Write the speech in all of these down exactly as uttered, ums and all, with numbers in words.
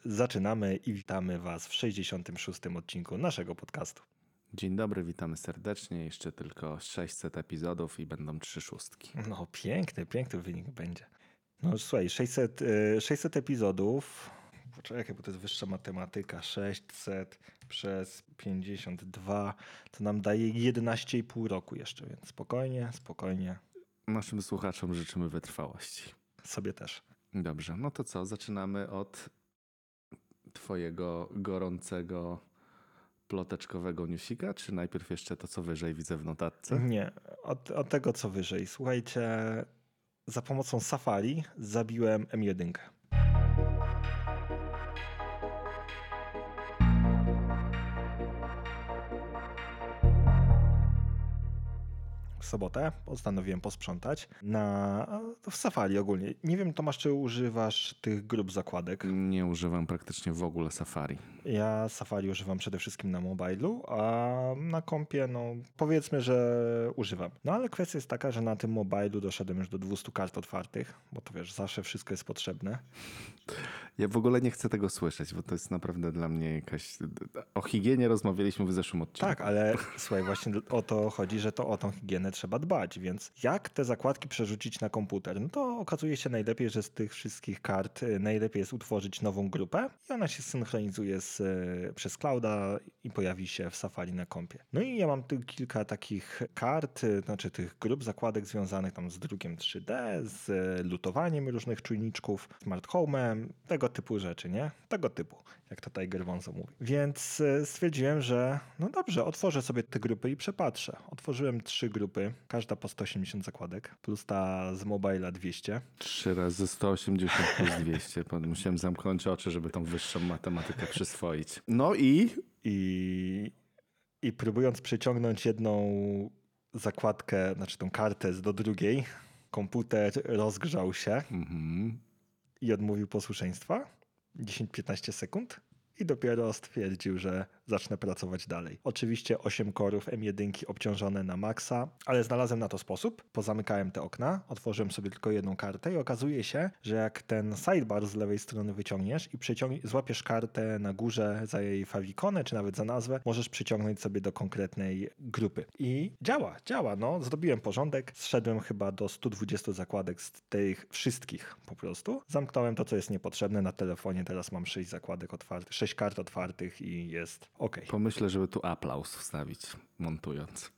zaczynamy i witamy Was w sześćdziesiątym szóstym odcinku naszego podcastu. Dzień dobry, witamy serdecznie. Jeszcze tylko sześćset epizodów i będą trzy szóstki. No piękny, piękny wynik będzie. No słuchaj, sześćset, sześćset epizodów, poczekaj, bo to jest wyższa matematyka, sześćset przez pięćdziesiąt dwa, to nam daje jedenaście i pół roku jeszcze, więc spokojnie, spokojnie. Naszym słuchaczom życzymy wytrwałości. Sobie też. Dobrze, no to co? Zaczynamy od twojego gorącego ploteczkowego newsika, czy najpierw jeszcze to, co wyżej widzę w notatce? Nie, od, od tego, co wyżej. Słuchajcie, za pomocą Safari zabiłem M jeden. W sobotę postanowiłem posprzątać na, w Safari ogólnie. Nie wiem, Tomasz, czy używasz tych grup zakładek? Nie używam praktycznie w ogóle Safari. Ja Safari używam przede wszystkim na mobilu, a na kompie, no powiedzmy, że używam. No ale kwestia jest taka, że na tym mobilu doszedłem już do dwieście kart otwartych, bo to wiesz, zawsze wszystko jest potrzebne. Ja w ogóle nie chcę tego słyszeć, bo to jest naprawdę dla mnie jakaś... O higienie rozmawialiśmy w zeszłym odcinku. Tak, ale słuchaj, właśnie o to chodzi, że to o tą higienę trzeba dbać, więc jak te zakładki przerzucić na komputer? No to okazuje się najlepiej, że z tych wszystkich kart najlepiej jest utworzyć nową grupę i ona się synchronizuje z, przez clouda i pojawi się w Safari na kompie. No i ja mam tu kilka takich kart, znaczy tych grup zakładek związanych tam z drukiem trzy D, z lutowaniem różnych czujniczków, smart home'em, tego typu rzeczy, nie? Tego typu, jak to Tiger Wonzo mówi. Więc stwierdziłem, że no dobrze, otworzę sobie te grupy i przepatrzę. Otworzyłem trzy grupy, każda po sto osiemdziesiąt zakładek, plus ta z mobila dwieście. Trzy razy sto osiemdziesiąt plus dwieście. Musiałem zamknąć oczy, żeby tą wyższą matematykę przyswoić. No i... I, i próbując przyciągnąć jedną zakładkę, znaczy tą kartę do drugiej, komputer rozgrzał się Mhm. i odmówił posłuszeństwa. dziesięć piętnaście sekund. I dopiero stwierdził, że zacznę pracować dalej. Oczywiście osiem korów M jeden obciążone na maksa, ale znalazłem na to sposób. Pozamykałem te okna, otworzyłem sobie tylko jedną kartę i okazuje się, że jak ten sidebar z lewej strony wyciągniesz i przyciąg- złapiesz kartę na górze za jej fawikonę, czy nawet za nazwę, możesz przyciągnąć sobie do konkretnej grupy. I działa, działa. No, zrobiłem porządek, zszedłem chyba do stu dwudziestu zakładek z tych wszystkich po prostu. Zamknąłem to, co jest niepotrzebne na telefonie. Teraz mam sześć zakładek otwartych, sześć kart otwartych i jest ok. Pomyślę, żeby tu aplauz wstawić, montując.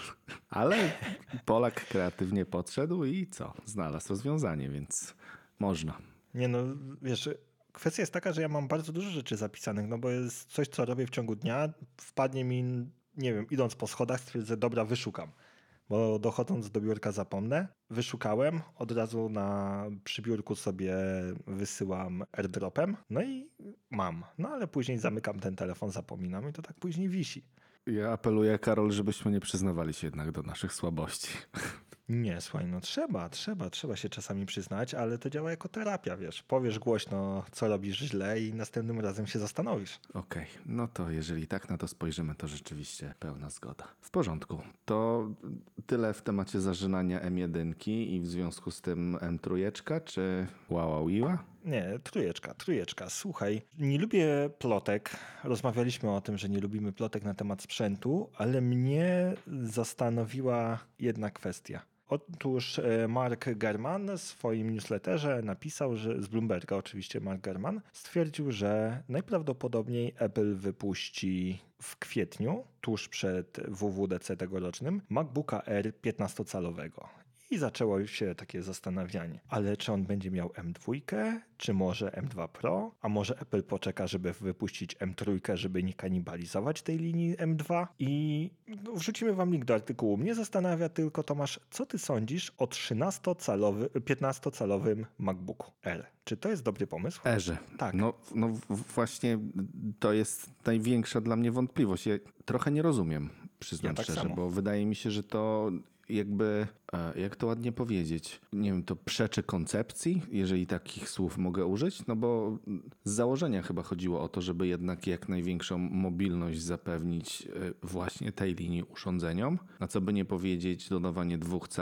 Ale Polak kreatywnie podszedł i co? Znalazł rozwiązanie, więc można. Nie no, wiesz, kwestia jest taka, że ja mam bardzo dużo rzeczy zapisanych, no bo jest coś, co robię w ciągu dnia, wpadnie mi, nie wiem, idąc po schodach, stwierdzę, dobra, wyszukam. Bo dochodząc do biurka zapomnę, wyszukałem, od razu na przybiórku sobie wysyłam airdropem, no i mam. No ale później zamykam ten telefon, zapominam i to tak później wisi. Ja apeluję, Karol, żebyśmy nie przyznawali się jednak do naszych słabości. Nie, słuchaj, no trzeba, trzeba, trzeba się czasami przyznać, ale to działa jako terapia, wiesz. Powiesz głośno, co robisz źle i następnym razem się zastanowisz. Okej, okay. No to jeżeli tak na to spojrzymy, to rzeczywiście pełna zgoda. W porządku. To tyle w temacie zażynania M jeden i w związku z tym M trzy, czy łaławiła? Nie, trójeczka, trójeczka. Słuchaj, nie lubię plotek. Rozmawialiśmy o tym, że nie lubimy plotek na temat sprzętu, ale mnie zastanowiła jedna kwestia. Otóż Mark Gurman w swoim newsletterze napisał, że z Bloomberga oczywiście Mark Gurman stwierdził, że najprawdopodobniej Apple wypuści w kwietniu, tuż przed W W D C tegorocznym, MacBooka Air piętnastocalowego. I zaczęło się takie zastanawianie, ale czy on będzie miał M dwa, czy może M dwa Pro, a może Apple poczeka, żeby wypuścić M trzy, żeby nie kanibalizować tej linii M dwa. I no, wrzucimy wam link do artykułu. Mnie zastanawia tylko, Tomasz, co ty sądzisz o trzynastocalowym, piętnastocalowym MacBooku Air? Czy to jest dobry pomysł? Airze. Tak. No, no właśnie to jest największa dla mnie wątpliwość. Ja trochę nie rozumiem, przyznam ja tak szczerze, samo. bo wydaje mi się, że to jakby, jak to ładnie powiedzieć, nie wiem, to przeczy koncepcji, jeżeli takich słów mogę użyć, no bo z założenia chyba chodziło o to, żeby jednak jak największą mobilność zapewnić właśnie tej linii urządzeniom, a co by nie powiedzieć, dodawanie dwóch cali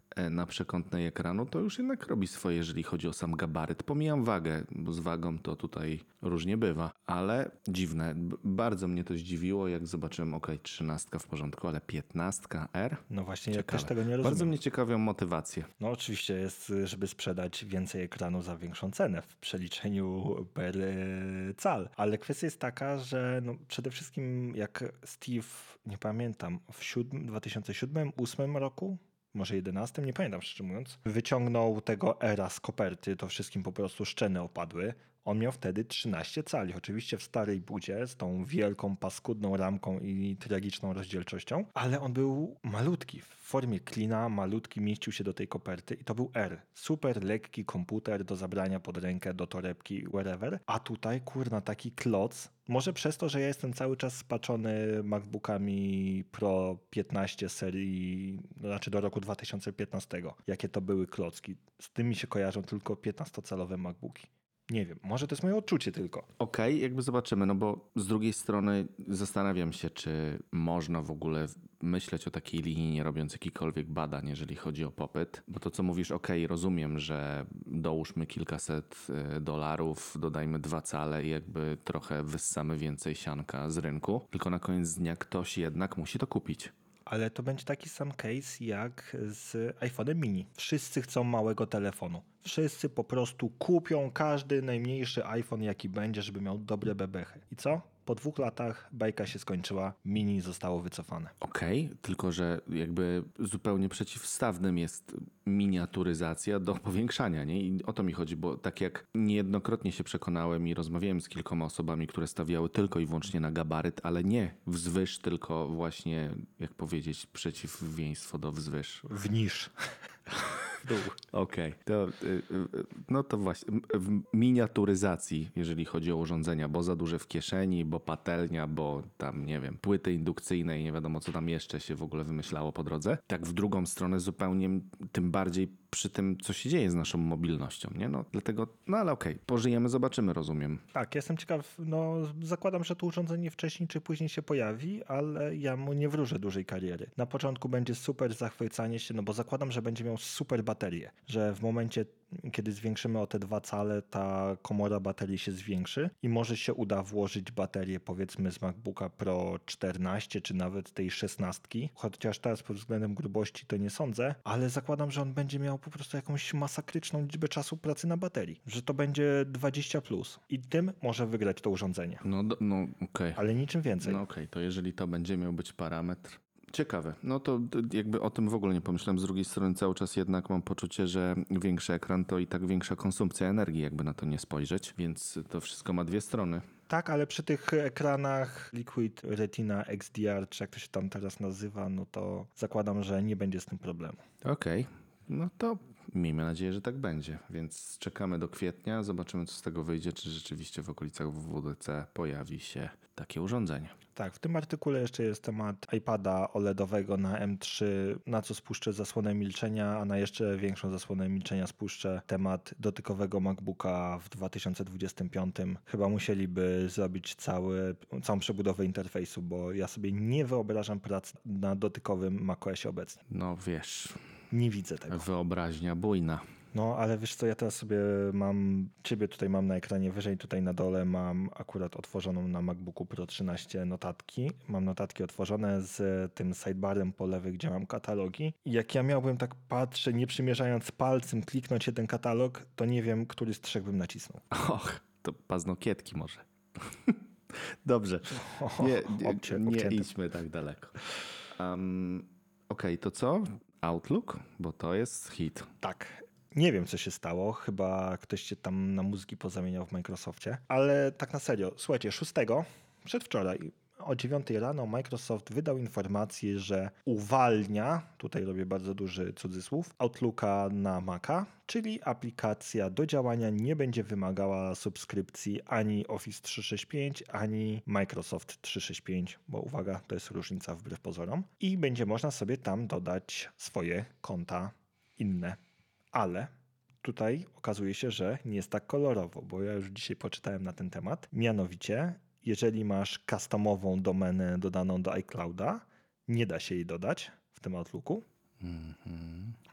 na przekątnej ekranu, to już jednak robi swoje, jeżeli chodzi o sam gabaryt. Pomijam wagę, bo z wagą to tutaj różnie bywa, ale dziwne. B- bardzo mnie to zdziwiło, jak zobaczyłem, ok, trzynastka w porządku, ale piętnastka R? No właśnie, ja Ciekawe. też tego nie rozumiem. Bardzo mnie ciekawią motywacje. No oczywiście jest, żeby sprzedać więcej ekranu za większą cenę w przeliczeniu per e, cal. Ale kwestia jest taka, że no przede wszystkim jak Steve, nie pamiętam, w siódmym, dwa tysiące siódmym, ósmym roku, może jedenastym, nie pamiętam szczerze mówiąc, wyciągnął tego Era z koperty, to wszystkim po prostu szczeny opadły. On miał wtedy trzynaście cali, oczywiście w starej budzie z tą wielką, paskudną ramką i tragiczną rozdzielczością, ale on był malutki, w formie klina, malutki, mieścił się do tej koperty i to był R. Super lekki komputer do zabrania pod rękę, do torebki, wherever. A tutaj, kurna, taki kloc. Może przez to, że ja jestem cały czas spaczony MacBookami Pro piętnaście serii, znaczy do roku dwa tysiące piętnastego. Jakie to były klocki. Z tym mi się kojarzą tylko piętnastocalowe MacBooki. Nie wiem, może to jest moje odczucie tylko. Okej, okay, jakby zobaczymy, no bo z drugiej strony zastanawiam się, czy można w ogóle myśleć o takiej linii, nie robiąc jakichkolwiek badań, jeżeli chodzi o popyt. Bo to, co mówisz, okej, okay, rozumiem, że dołóżmy kilkaset dolarów, dodajmy dwa cale i jakby trochę wyssamy więcej sianka z rynku, tylko na koniec dnia ktoś jednak musi to kupić. Ale to będzie taki sam case jak z iPhone'em mini. Wszyscy chcą małego telefonu. Wszyscy po prostu kupią każdy najmniejszy iPhone, jaki będzie, żeby miał dobre bebechy. I co? Po dwóch latach bajka się skończyła, mini zostało wycofane. Okej, okay, tylko że jakby zupełnie przeciwstawnym jest miniaturyzacja do powiększania, nie? I o to mi chodzi, bo tak jak niejednokrotnie się przekonałem i rozmawiałem z kilkoma osobami, które stawiały tylko i wyłącznie na gabaryt, ale nie wzwyż, tylko właśnie, jak powiedzieć, przeciwieństwo do wzwyż. W niż. Okej, okay. to no to właśnie w miniaturyzacji, jeżeli chodzi o urządzenia, bo za duże w kieszeni, bo patelnia, bo tam nie wiem, płyty indukcyjne i nie wiadomo co tam jeszcze się w ogóle wymyślało po drodze. Tak w drugą stronę zupełnie tym bardziej przy tym, co się dzieje z naszą mobilnością, nie? No dlatego, no ale okej, okay, pożyjemy, zobaczymy, rozumiem. Tak, jestem ciekaw, no zakładam, że to urządzenie wcześniej czy później się pojawi, ale ja mu nie wróżę dużej kariery. Na początku będzie super zachwycanie się, no bo zakładam, że będzie miał super baterię, że w momencie, kiedy zwiększymy o te dwa cale, ta komora baterii się zwiększy i może się uda włożyć baterię powiedzmy z MacBooka Pro czternaście czy nawet tej szesnastki, chociaż teraz pod względem grubości to nie sądzę, ale zakładam, że on będzie miał po prostu jakąś masakryczną liczbę czasu pracy na baterii, że to będzie dwadzieścia plus i tym może wygrać to urządzenie. No, no okej. Okay. Ale niczym więcej. No okej, okay. To jeżeli to będzie miał być parametr. Ciekawe. No to jakby o tym w ogóle nie pomyślałem. Z drugiej strony cały czas jednak mam poczucie, że większy ekran to i tak większa konsumpcja energii, jakby na to nie spojrzeć, więc to wszystko ma dwie strony. Tak, ale przy tych ekranach Liquid Retina X D R, czy jak to się tam teraz nazywa, no to zakładam, że nie będzie z tym problemu. Okej. Okay. No to miejmy nadzieję, że tak będzie, więc czekamy do kwietnia, zobaczymy co z tego wyjdzie, czy rzeczywiście w okolicach W W D C pojawi się takie urządzenie. Tak, w tym artykule jeszcze jest temat iPada OLEDowego na M trzy, na co spuszczę zasłonę milczenia, a na jeszcze większą zasłonę milczenia spuszczę temat dotykowego MacBooka w dwa tysiące dwudziestym piątym. Chyba musieliby zrobić cały, całą przebudowę interfejsu, bo ja sobie nie wyobrażam prac na dotykowym macOSie obecnie. No wiesz... Nie widzę tego. Wyobraźnia bujna. No, ale wiesz co, ja teraz sobie mam, ciebie tutaj mam na ekranie wyżej, tutaj na dole mam akurat otworzoną na MacBooku Pro trzynaście notatki. Mam notatki otworzone z tym sidebarem po lewej, gdzie mam katalogi. I jak ja miałbym tak patrzę, nie przymierzając palcem, kliknąć jeden katalog, to nie wiem, który z trzech bym nacisnął. Och, to paznokietki może. Dobrze, nie, nie, Obcie, nie idźmy tak daleko. Um, Okej, okay, to co? Outlook? Bo to jest hit. Tak. Nie wiem, co się stało. Chyba ktoś się tam na mózgi pozamieniał w Microsoftie. Ale tak na serio. Słuchajcie, szóstego, przedwczoraj, o dziewiątej rano Microsoft wydał informację, że uwalnia, tutaj robię bardzo duży cudzysłów, Outlooka na Maca, czyli aplikacja do działania nie będzie wymagała subskrypcji ani Office trzysta sześćdziesiąt pięć, ani Microsoft trzysta sześćdziesiąt pięć, bo uwaga, to jest różnica wbrew pozorom. I będzie można sobie tam dodać swoje konta inne. Ale tutaj okazuje się, że nie jest tak kolorowo, bo ja już dzisiaj poczytałem na ten temat. Mianowicie, jeżeli masz customową domenę dodaną do iClouda, nie da się jej dodać w tym Outlooku. Mm-hmm.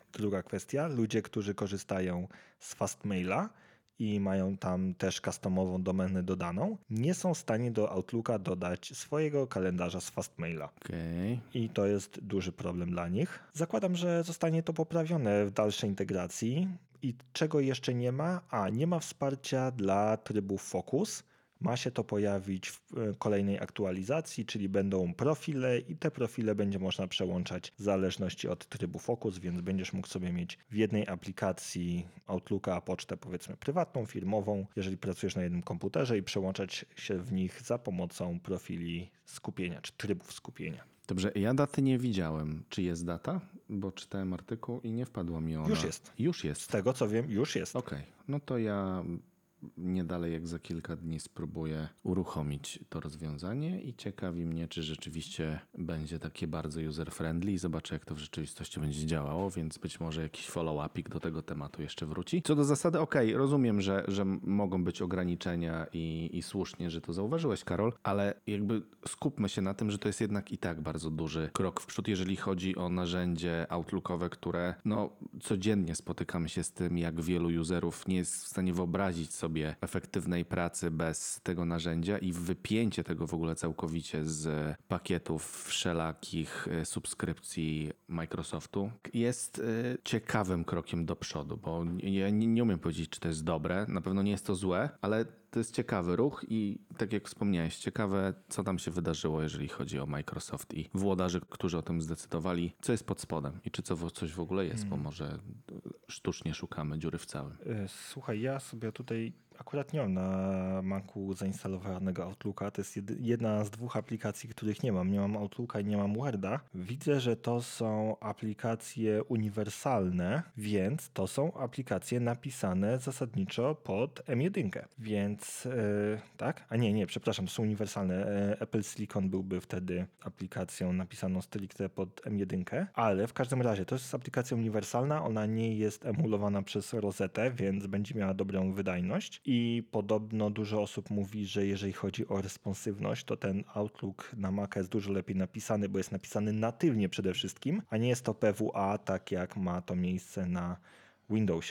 Druga kwestia, ludzie, którzy korzystają z Fastmaila i mają tam też customową domenę dodaną, nie są w stanie do Outlooka dodać swojego kalendarza z Fastmaila. Okej. I to jest duży problem dla nich. Zakładam, że zostanie to poprawione w dalszej integracji. I czego jeszcze nie ma? A, nie ma wsparcia dla trybów Focus. Ma się to pojawić w kolejnej aktualizacji, czyli będą profile i te profile będzie można przełączać w zależności od trybu Focus, więc będziesz mógł sobie mieć w jednej aplikacji Outlooka pocztę powiedzmy prywatną, firmową, jeżeli pracujesz na jednym komputerze i przełączać się w nich za pomocą profili skupienia czy trybów skupienia. Dobrze, ja daty nie widziałem. Czy jest data? Bo czytałem artykuł i nie wpadła mi ona. Już jest. Już jest. Z tego co wiem, już jest. Okej, no to ja nie dalej jak za kilka dni spróbuję uruchomić to rozwiązanie i ciekawi mnie, czy rzeczywiście będzie takie bardzo user-friendly i zobaczę, jak to w rzeczywistości będzie działało, więc być może jakiś follow-upik do tego tematu jeszcze wróci. Co do zasady, okej, okay, rozumiem, że, że mogą być ograniczenia i, i słusznie, że to zauważyłeś, Karol, ale jakby skupmy się na tym, że to jest jednak i tak bardzo duży krok w przód, jeżeli chodzi o narzędzie outlookowe, które no codziennie spotykamy się z tym, jak wielu userów nie jest w stanie wyobrazić sobie sobie efektywnej pracy bez tego narzędzia i wypięcie tego w ogóle całkowicie z pakietów wszelakich subskrypcji Microsoftu jest ciekawym krokiem do przodu, bo ja nie umiem powiedzieć, czy to jest dobre, na pewno nie jest to złe, ale to jest ciekawy ruch i tak jak wspomniałeś, ciekawe, co tam się wydarzyło, jeżeli chodzi o Microsoft i włodarzy, którzy o tym zdecydowali, co jest pod spodem i czy co, coś w ogóle jest, hmm. bo może sztucznie szukamy dziury w całym. Słuchaj, ja sobie tutaj akurat nie mam na Macu zainstalowanego Outlooka. To jest jedna z dwóch aplikacji, których nie mam. Nie mam Outlooka i nie mam Worda. Widzę, że to są aplikacje uniwersalne, więc to są aplikacje napisane zasadniczo pod M jeden. Więc yy, tak? A nie, nie, przepraszam, to są uniwersalne. Apple Silicon byłby wtedy aplikacją napisaną stricte pod M jeden, ale w każdym razie to jest aplikacja uniwersalna. Ona nie jest emulowana przez Rosetę, więc będzie miała dobrą wydajność. I podobno dużo osób mówi, że jeżeli chodzi o responsywność, to ten Outlook na Maca jest dużo lepiej napisany, bo jest napisany natywnie przede wszystkim, a nie jest to P W A, tak jak ma to miejsce na Windowsie,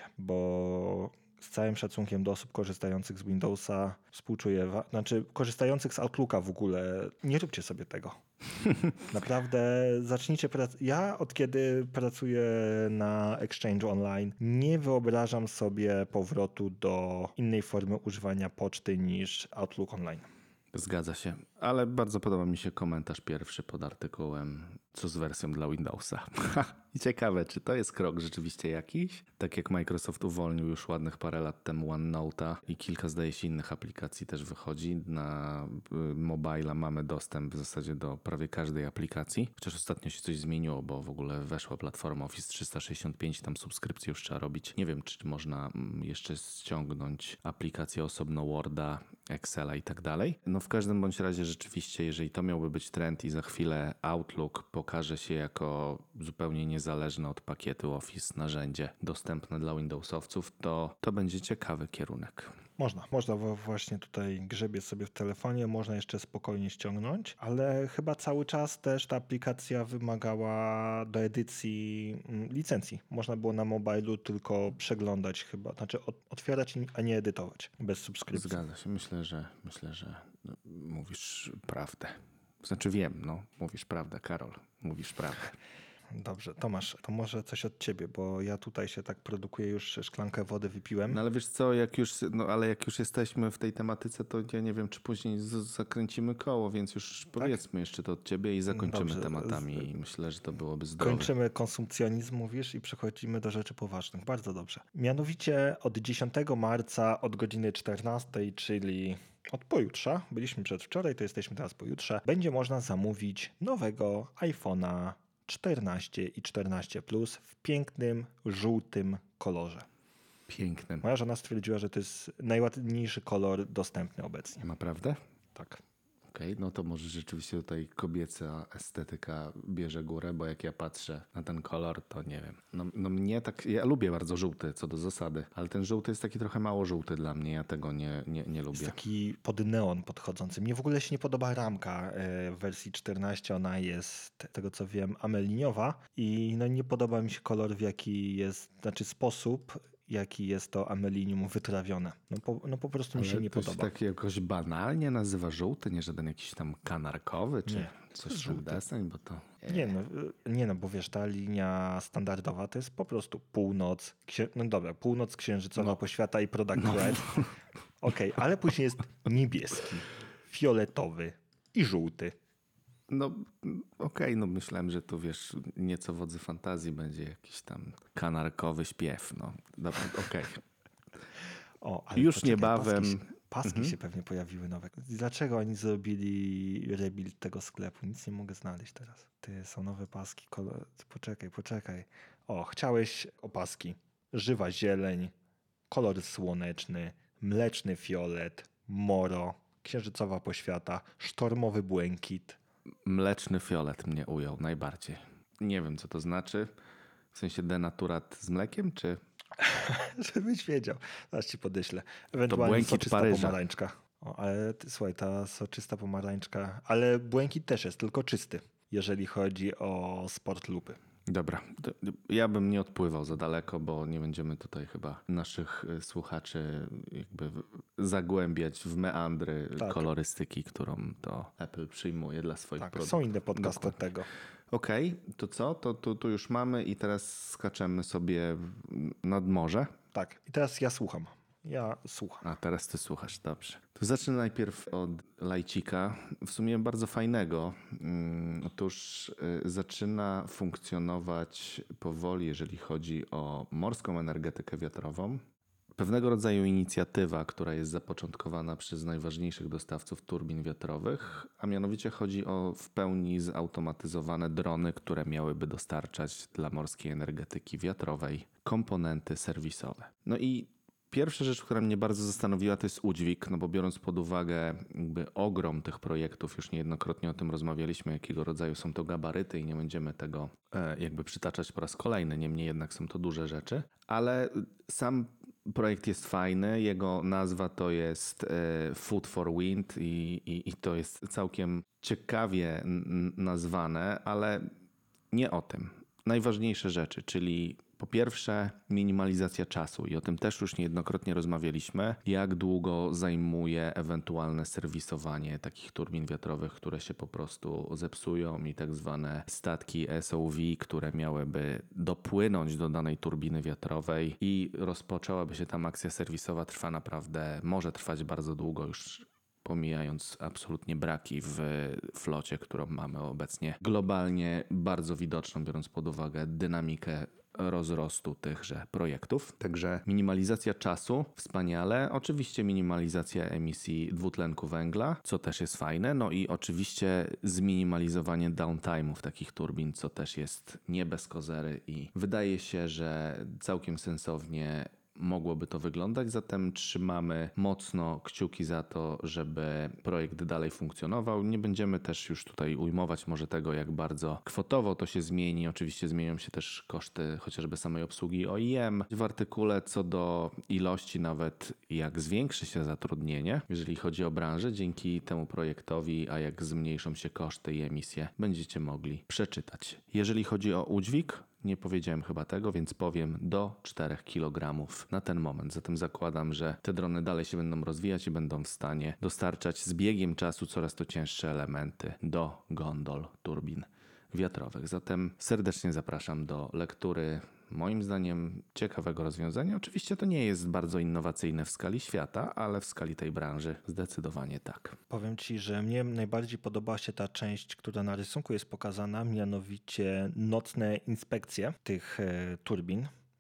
bo z całym szacunkiem do osób korzystających z Windowsa współczuję, wa- znaczy korzystających z Outlooka w ogóle, nie róbcie sobie tego. Naprawdę zacznijcie pracę. Ja od kiedy pracuję na Exchange Online nie wyobrażam sobie powrotu do innej formy używania poczty niż Outlook Online. Zgadza się, ale bardzo podoba mi się komentarz pierwszy pod artykułem, co z wersją dla Windowsa. I ciekawe, czy to jest krok rzeczywiście jakiś? Tak jak Microsoft uwolnił już ładnych parę lat temu OneNote'a i kilka zdaje się innych aplikacji też wychodzi. Na mobila mamy dostęp w zasadzie do prawie każdej aplikacji. Chociaż ostatnio się coś zmieniło, bo w ogóle weszła platforma Office trzysta sześćdziesiąt pięć, tam subskrypcję już trzeba robić. Nie wiem, czy można jeszcze ściągnąć aplikację osobno Worda, Excela i tak dalej. No w każdym bądź razie rzeczywiście, jeżeli to miałby być trend i za chwilę Outlook pokaże się jako zupełnie niezależne od pakietu Office narzędzie dostępne dla Windowsowców, to to będzie ciekawy kierunek. Można, można właśnie tutaj grzebie sobie w telefonie, można jeszcze spokojnie ściągnąć, ale chyba cały czas też ta aplikacja wymagała do edycji licencji. Można było na mobilu tylko przeglądać chyba, znaczy otwierać, a nie edytować bez subskrypcji. Zgadza się, myślę, że myślę, że mówisz prawdę. Znaczy wiem, no, mówisz prawdę, Karol, mówisz prawdę. Dobrze, Tomasz, to może coś od ciebie, bo ja tutaj się tak produkuję, już szklankę wody wypiłem. No ale wiesz co, jak już, no ale jak już jesteśmy w tej tematyce, to ja nie wiem, czy później z- zakręcimy koło, więc już tak? Powiedzmy jeszcze to od ciebie i zakończymy Dobrze. tematami i myślę, że to byłoby zdrowe. Kończymy konsumpcjonizm, mówisz, i przechodzimy do rzeczy poważnych. Bardzo dobrze. Mianowicie od dziesiątego marca od godziny czternastej, czyli od pojutrza, byliśmy przedwczoraj, to jesteśmy teraz pojutrze, będzie można zamówić nowego iPhone'a czternaście i czternaście plus w pięknym, żółtym kolorze. Pięknym. Moja żona stwierdziła, że to jest najładniejszy kolor dostępny obecnie. Naprawdę? Tak. Okej, no to może rzeczywiście tutaj kobieca estetyka bierze górę, bo jak ja patrzę na ten kolor, to nie wiem. No, no mnie tak, ja lubię bardzo żółty co do zasady, ale ten żółty jest taki trochę mało żółty dla mnie, ja tego nie, nie, nie Jest lubię. taki pod neon podchodzący. Mnie w ogóle się nie podoba ramka e, w wersji czternaście. Ona jest, z tego co wiem, ameliniowa i no nie podoba mi się kolor, w jaki jest, znaczy sposób, jaki jest to amelinium wytrawione. No po, no po prostu mi się Ale nie to się podoba. tak jakoś banalnie nazywa żółty, nie żaden jakiś tam kanarkowy czy Nie, coś w ten żółty. deseń, bo to... Nie no, y, nie no, bo wiesz, ta linia standardowa to jest po prostu północ, księ... no dobra, północ księżycowa No. poświata i Product Red. Okej, ale później jest niebieski, fioletowy i żółty. No okej, no myślałem, że tu wiesz, nieco wodzy fantazji będzie jakiś tam kanarkowy śpiew, no. Dobra, okej. O, ale Już poczekaj, niebawem... Paski, się, paski się pewnie pojawiły nowe. Dlaczego oni zrobili rebuild tego sklepu? Nic nie mogę znaleźć teraz. Ty, są nowe paski. Kolor... Poczekaj, poczekaj. O, chciałeś opaski. Żywa zieleń, kolor słoneczny, mleczny fiolet, moro, księżycowa poświata, sztormowy błękit. Mleczny fiolet mnie ujął najbardziej. Nie wiem, co to znaczy. W sensie denaturat z mlekiem, czy... Żebyś wiedział. Zaraz ci podeślę. Ewentualnie błękit soczysta Paryża. pomarańczka. O, ale ty, słuchaj, ta soczysta pomarańczka, ale błękit też jest, tylko czysty, jeżeli chodzi o sport lupy. Dobra, to ja bym nie odpływał za daleko, bo nie będziemy tutaj chyba naszych y, słuchaczy jakby w- zagłębiać w meandry Tak. kolorystyki, którą to Apple przyjmuje dla swoich Tak, produktów. są inne podcasty od tego. Okej, to co? To tu to już mamy i teraz skaczemy sobie w- nad morze. Tak, i teraz ja słucham. Ja słucham. A teraz ty słuchasz, dobrze. To zacznę najpierw od lajcika, w sumie bardzo fajnego. Mm, Otóż y, zaczyna funkcjonować powoli, jeżeli chodzi o morską energetykę wiatrową. Pewnego rodzaju inicjatywa, która jest zapoczątkowana przez najważniejszych dostawców turbin wiatrowych, a mianowicie chodzi o w pełni zautomatyzowane drony, które miałyby dostarczać dla morskiej energetyki wiatrowej komponenty serwisowe. No i pierwsza rzecz, która mnie bardzo zastanowiła, to jest udźwig, no bo biorąc pod uwagę jakby ogrom tych projektów, już niejednokrotnie o tym rozmawialiśmy, jakiego rodzaju są to gabaryty i nie będziemy tego e, jakby przytaczać po raz kolejny, niemniej jednak są to duże rzeczy, ale sam projekt jest fajny, jego nazwa to jest e, Food for Wind i, i, i to jest całkiem ciekawie n- nazwane, ale nie o tym. Najważniejsze rzeczy, czyli po pierwsze minimalizacja czasu i o tym też już niejednokrotnie rozmawialiśmy, jak długo zajmuje ewentualne serwisowanie takich turbin wiatrowych, które się po prostu zepsują i tak zwane statki S O V, które miałyby dopłynąć do danej turbiny wiatrowej i rozpoczęłaby się tam akcja serwisowa, trwa naprawdę, może trwać bardzo długo już. Pomijając absolutnie braki w flocie, którą mamy obecnie globalnie bardzo widoczną, biorąc pod uwagę dynamikę rozrostu tychże projektów. Także minimalizacja czasu, wspaniale. Oczywiście minimalizacja emisji dwutlenku węgla, co też jest fajne. No i oczywiście zminimalizowanie downtime'ów takich turbin, co też jest nie bez kozery i wydaje się, że całkiem sensownie mogłoby to wyglądać, zatem trzymamy mocno kciuki za to, żeby projekt dalej funkcjonował. Nie będziemy też już tutaj ujmować może tego, jak bardzo kwotowo to się zmieni. Oczywiście zmienią się też koszty chociażby samej obsługi O I M. W artykule co do ilości nawet jak zwiększy się zatrudnienie, jeżeli chodzi o branżę, dzięki temu projektowi, a jak zmniejszą się koszty i emisje, będziecie mogli przeczytać. Jeżeli chodzi o udźwig, nie powiedziałem chyba tego, więc powiem do czterech kilogramów na ten moment. Zatem zakładam, że te drony dalej się będą rozwijać i będą w stanie dostarczać z biegiem czasu coraz to cięższe elementy do gondol turbin wiatrowych. Zatem serdecznie zapraszam do lektury moim zdaniem ciekawego rozwiązania. Oczywiście to nie jest bardzo innowacyjne w skali świata, ale w skali tej branży zdecydowanie tak. Powiem ci, że mnie najbardziej podoba się ta część, która na rysunku jest pokazana, mianowicie nocne inspekcje tych e, turbin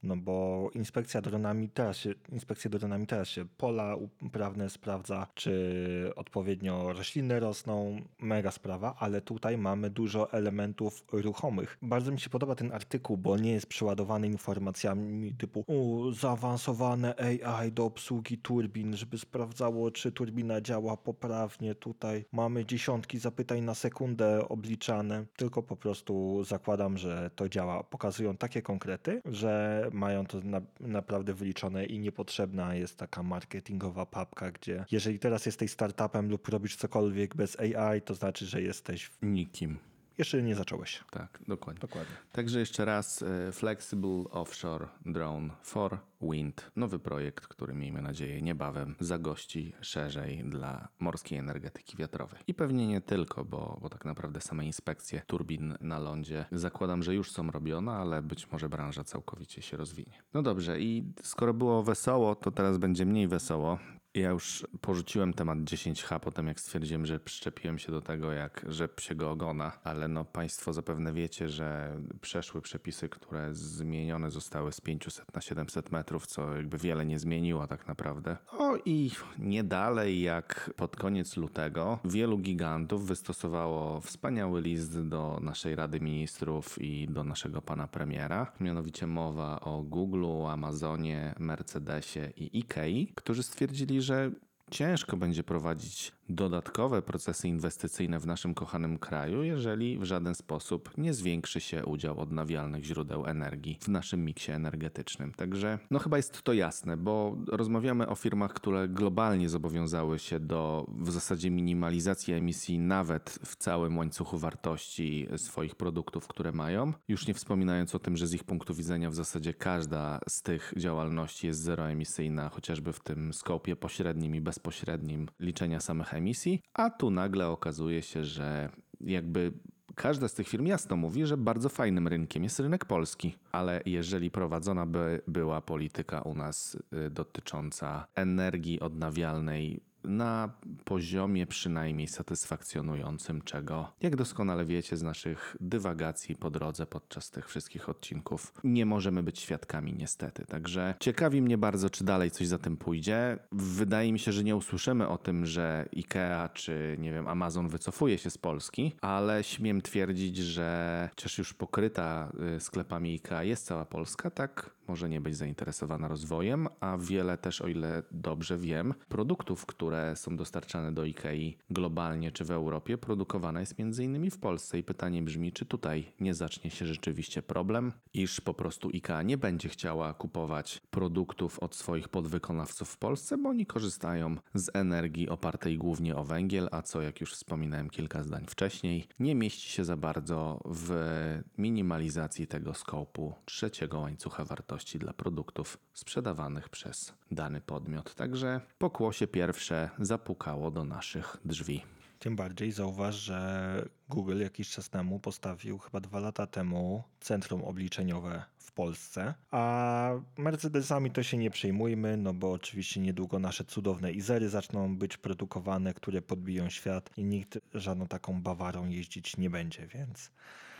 no bo inspekcja dronami teraz się, inspekcje dronami teraz się pola uprawne sprawdza, czy odpowiednio rośliny rosną, mega sprawa, ale tutaj mamy dużo elementów ruchomych. Bardzo mi się podoba ten artykuł, bo nie jest przeładowany informacjami typu u, zaawansowane A I do obsługi turbin, żeby sprawdzało, czy turbina działa poprawnie. Tutaj mamy dziesiątki zapytań na sekundę obliczane, tylko po prostu zakładam, że to działa. Pokazują takie konkrety, że mają to na, naprawdę wyliczone i niepotrzebna jest taka marketingowa papka, gdzie jeżeli teraz jesteś startupem lub robisz cokolwiek bez A I, to znaczy, że jesteś nikim. Jeszcze nie zacząłeś. Tak, dokładnie. Dokładnie. Także jeszcze raz Flexible Offshore Drone for Wind. Nowy projekt, który miejmy nadzieję niebawem zagości szerzej dla morskiej energetyki wiatrowej. I pewnie nie tylko, bo, bo tak naprawdę same inspekcje turbin na lądzie zakładam, że już są robione, ale być może branża całkowicie się rozwinie. No dobrze, i skoro było wesoło, to teraz będzie mniej wesoło. Ja już porzuciłem temat dziesięć H potem, jak stwierdziłem, że przyczepiłem się do tego jak rzep psiego ogona, ale no państwo zapewne wiecie, że przeszły przepisy, które zmienione zostały z pięćset na siedemset metrów, co jakby wiele nie zmieniło tak naprawdę. No i nie dalej jak pod koniec lutego wielu gigantów wystosowało wspaniały list do naszej Rady Ministrów i do naszego pana premiera. Mianowicie mowa o Google'u, Amazonie, Mercedesie i Ikei, którzy stwierdzili, że ciężko będzie prowadzić dodatkowe procesy inwestycyjne w naszym kochanym kraju, jeżeli w żaden sposób nie zwiększy się udział odnawialnych źródeł energii w naszym miksie energetycznym. Także no chyba jest to jasne, bo rozmawiamy o firmach, które globalnie zobowiązały się do w zasadzie minimalizacji emisji nawet w całym łańcuchu wartości swoich produktów, które mają. Już nie wspominając o tym, że z ich punktu widzenia w zasadzie każda z tych działalności jest zeroemisyjna, chociażby w tym skopie pośrednim i bezpośrednim liczenia samych emisji, a tu nagle okazuje się, że jakby każda z tych firm jasno mówi, że bardzo fajnym rynkiem jest rynek polski, ale jeżeli prowadzona by była polityka u nas dotycząca energii odnawialnej na poziomie przynajmniej satysfakcjonującym, czego, jak doskonale wiecie z naszych dywagacji po drodze podczas tych wszystkich odcinków, nie możemy być świadkami niestety. Także ciekawi mnie bardzo, czy dalej coś za tym pójdzie. Wydaje mi się, że nie usłyszymy o tym, że IKEA czy nie wiem, Amazon wycofuje się z Polski, ale śmiem twierdzić, że chociaż już pokryta sklepami IKEA jest cała Polska, tak może nie być zainteresowana rozwojem, a wiele też, o ile dobrze wiem, produktów, które są dostarczane do Ikei globalnie czy w Europie, produkowane jest między innymi w Polsce i pytanie brzmi, czy tutaj nie zacznie się rzeczywiście problem, iż po prostu IKEA nie będzie chciała kupować produktów od swoich podwykonawców w Polsce, bo oni korzystają z energii opartej głównie o węgiel, a co, jak już wspominałem kilka zdań wcześniej, nie mieści się za bardzo w minimalizacji tego skopu trzeciego łańcucha wartości dla produktów sprzedawanych przez dany podmiot. Także pokłosie pierwsze zapukało do naszych drzwi. Tym bardziej zauważ, że Google jakiś czas temu postawił, chyba dwa lata temu, centrum obliczeniowe w Polsce, a Mercedesami to się nie przejmujmy, no bo oczywiście niedługo nasze cudowne Izery zaczną być produkowane, które podbiją świat i nikt żadną taką Bawarą jeździć nie będzie, więc...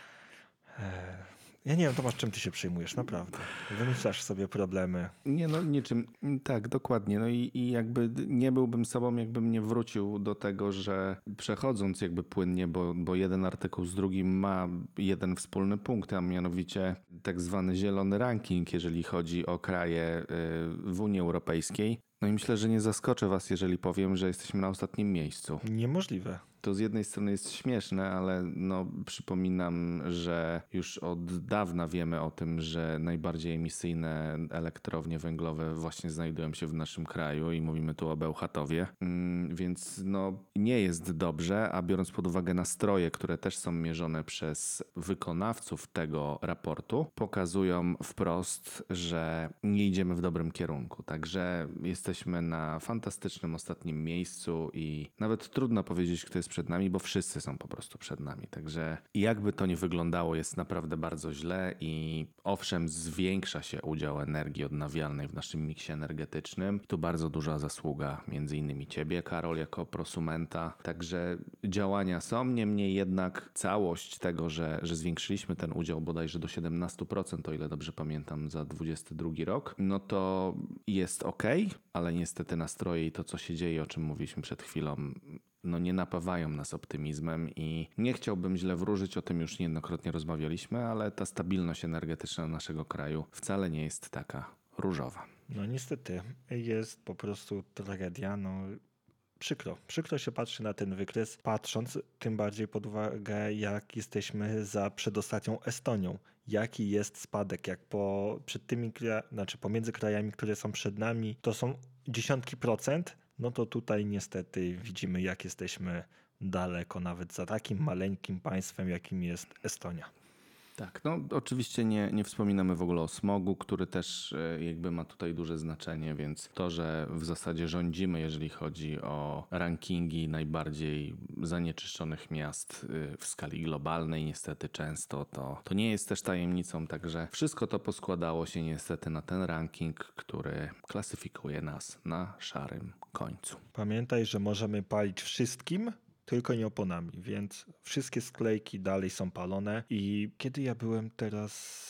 Eee... Ja nie wiem, Tomasz, czym ty się przyjmujesz, naprawdę. Wymyślasz sobie problemy. Nie, no niczym. Tak, dokładnie. No i, i jakby nie byłbym sobą, jakbym nie wrócił do tego, że przechodząc jakby płynnie, bo, bo jeden artykuł z drugim ma jeden wspólny punkt, a mianowicie tak zwany zielony ranking, jeżeli chodzi o kraje w Unii Europejskiej. No i myślę, że nie zaskoczę was, jeżeli powiem, że jesteśmy na ostatnim miejscu. Niemożliwe. To z jednej strony jest śmieszne, ale no przypominam, że już od dawna wiemy o tym, że najbardziej emisyjne elektrownie węglowe właśnie znajdują się w naszym kraju i mówimy tu o Bełchatowie, mm, więc no nie jest dobrze, a biorąc pod uwagę nastroje, które też są mierzone przez wykonawców tego raportu, pokazują wprost, że nie idziemy w dobrym kierunku. Także jesteśmy na fantastycznym ostatnim miejscu i nawet trudno powiedzieć, kto jest przed nami, bo wszyscy są po prostu przed nami. Także jakby to nie wyglądało, jest naprawdę bardzo źle i owszem, zwiększa się udział energii odnawialnej w naszym miksie energetycznym. Tu bardzo duża zasługa między innymi ciebie, Karol, jako prosumenta. Także działania są, niemniej jednak całość tego, że, że zwiększyliśmy ten udział bodajże do siedemnaście procent, o ile dobrze pamiętam, za dwudziesty drugi rok, no to jest ok, ale niestety nastroje i to, co się dzieje, o czym mówiliśmy przed chwilą, no nie napawają nas optymizmem i nie chciałbym źle wróżyć, o tym już niejednokrotnie rozmawialiśmy, ale ta stabilność energetyczna naszego kraju wcale nie jest taka różowa. No niestety, jest po prostu tragedia, no przykro. Przykro się patrzy na ten wykres, patrząc tym bardziej pod uwagę, jak jesteśmy za przedostatnią Estonią. Jaki jest spadek, jak po, przed tymi, znaczy pomiędzy krajami, które są przed nami, to są dziesiątki procent, no to tutaj niestety widzimy, jak jesteśmy daleko nawet za takim maleńkim państwem, jakim jest Estonia. Tak, no oczywiście nie, nie wspominamy w ogóle o smogu, który też jakby ma tutaj duże znaczenie, więc to, że w zasadzie rządzimy, jeżeli chodzi o rankingi najbardziej zanieczyszczonych miast w skali globalnej, niestety często to, to nie jest też tajemnicą, także wszystko to poskładało się niestety na ten ranking, który klasyfikuje nas na szarym końcu. Pamiętaj, że możemy palić wszystkim, tylko nie oponami, więc wszystkie sklejki dalej są palone i kiedy ja byłem teraz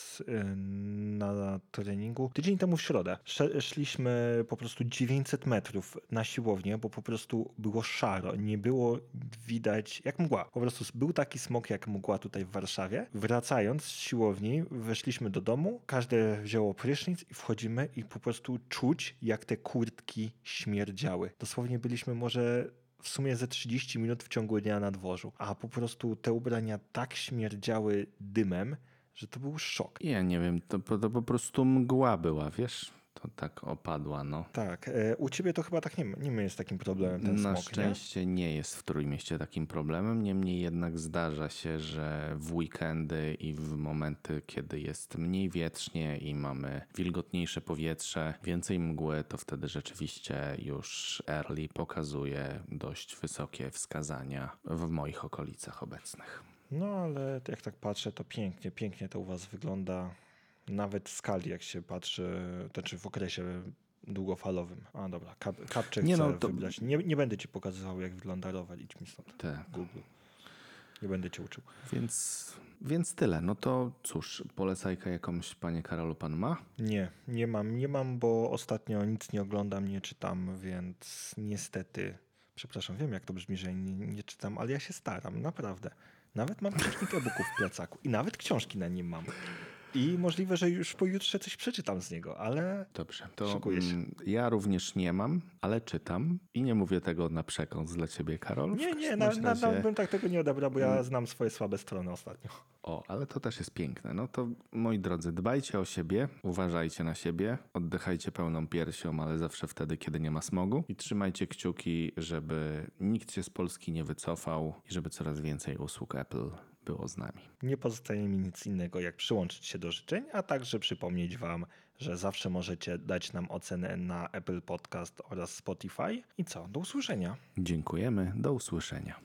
na treningu, tydzień temu w środę, szliśmy po prostu dziewięćset metrów na siłownię, bo po prostu było szaro, nie było widać jak mgła, po prostu był taki smog jak mgła tutaj w Warszawie. Wracając z siłowni, weszliśmy do domu, każde wzięło prysznic i wchodzimy i po prostu czuć jak te kurtki śmierdziały. Dosłownie byliśmy może w sumie ze trzydzieści minut w ciągu dnia na dworzu, a po prostu te ubrania tak śmierdziały dymem, że to był szok. Ja nie wiem, to, to po prostu mgła była, wiesz? To tak opadła, no. Tak, e, u ciebie to chyba tak nie, nie jest takim problemem ten Na smog, szczęście nie? nie jest w Trójmieście takim problemem, niemniej jednak zdarza się, że w weekendy i w momenty, kiedy jest mniej wietrznie i mamy wilgotniejsze powietrze, więcej mgły, to wtedy rzeczywiście już Early pokazuje dość wysokie wskazania w moich okolicach obecnych. No ale jak tak patrzę, to pięknie, pięknie to u was wygląda. Nawet w skali, jak się patrzy, to czy w okresie długofalowym. A dobra, kap, kapczę chcę Nie no, to... wybrać. Nie, nie będę ci pokazywał, jak wygląda rower. Idź mi stąd. Tak. Google. Nie będę cię uczył. Więc, więc tyle. No to cóż, polecajkę jakąś, panie Karolu, pan ma? Nie, nie mam. Nie mam, bo ostatnio nic nie oglądam, nie czytam, więc niestety, przepraszam, wiem jak to brzmi, że nie, nie czytam, ale ja się staram, naprawdę. Nawet mam książki e-booków w plecaku i nawet książki na nim mam. I możliwe, że już pojutrze coś przeczytam z niego, ale dobrze, to szykuję się. Ja również nie mam, ale czytam i nie mówię tego na przekąs dla ciebie, Karol. Nie, nie, na, na, na, bym tak tego nie odebrał, bo ja znam swoje słabe strony ostatnio. O, ale to też jest piękne. No to moi drodzy, dbajcie o siebie, uważajcie na siebie, oddychajcie pełną piersią, ale zawsze wtedy, kiedy nie ma smogu i trzymajcie kciuki, żeby nikt się z Polski nie wycofał i żeby coraz więcej usług Apple było z nami. Nie pozostaje mi nic innego, jak przyłączyć się do życzeń, a także przypomnieć wam, że zawsze możecie dać nam ocenę na Apple Podcast oraz Spotify. I co? Do usłyszenia. Dziękujemy, do usłyszenia.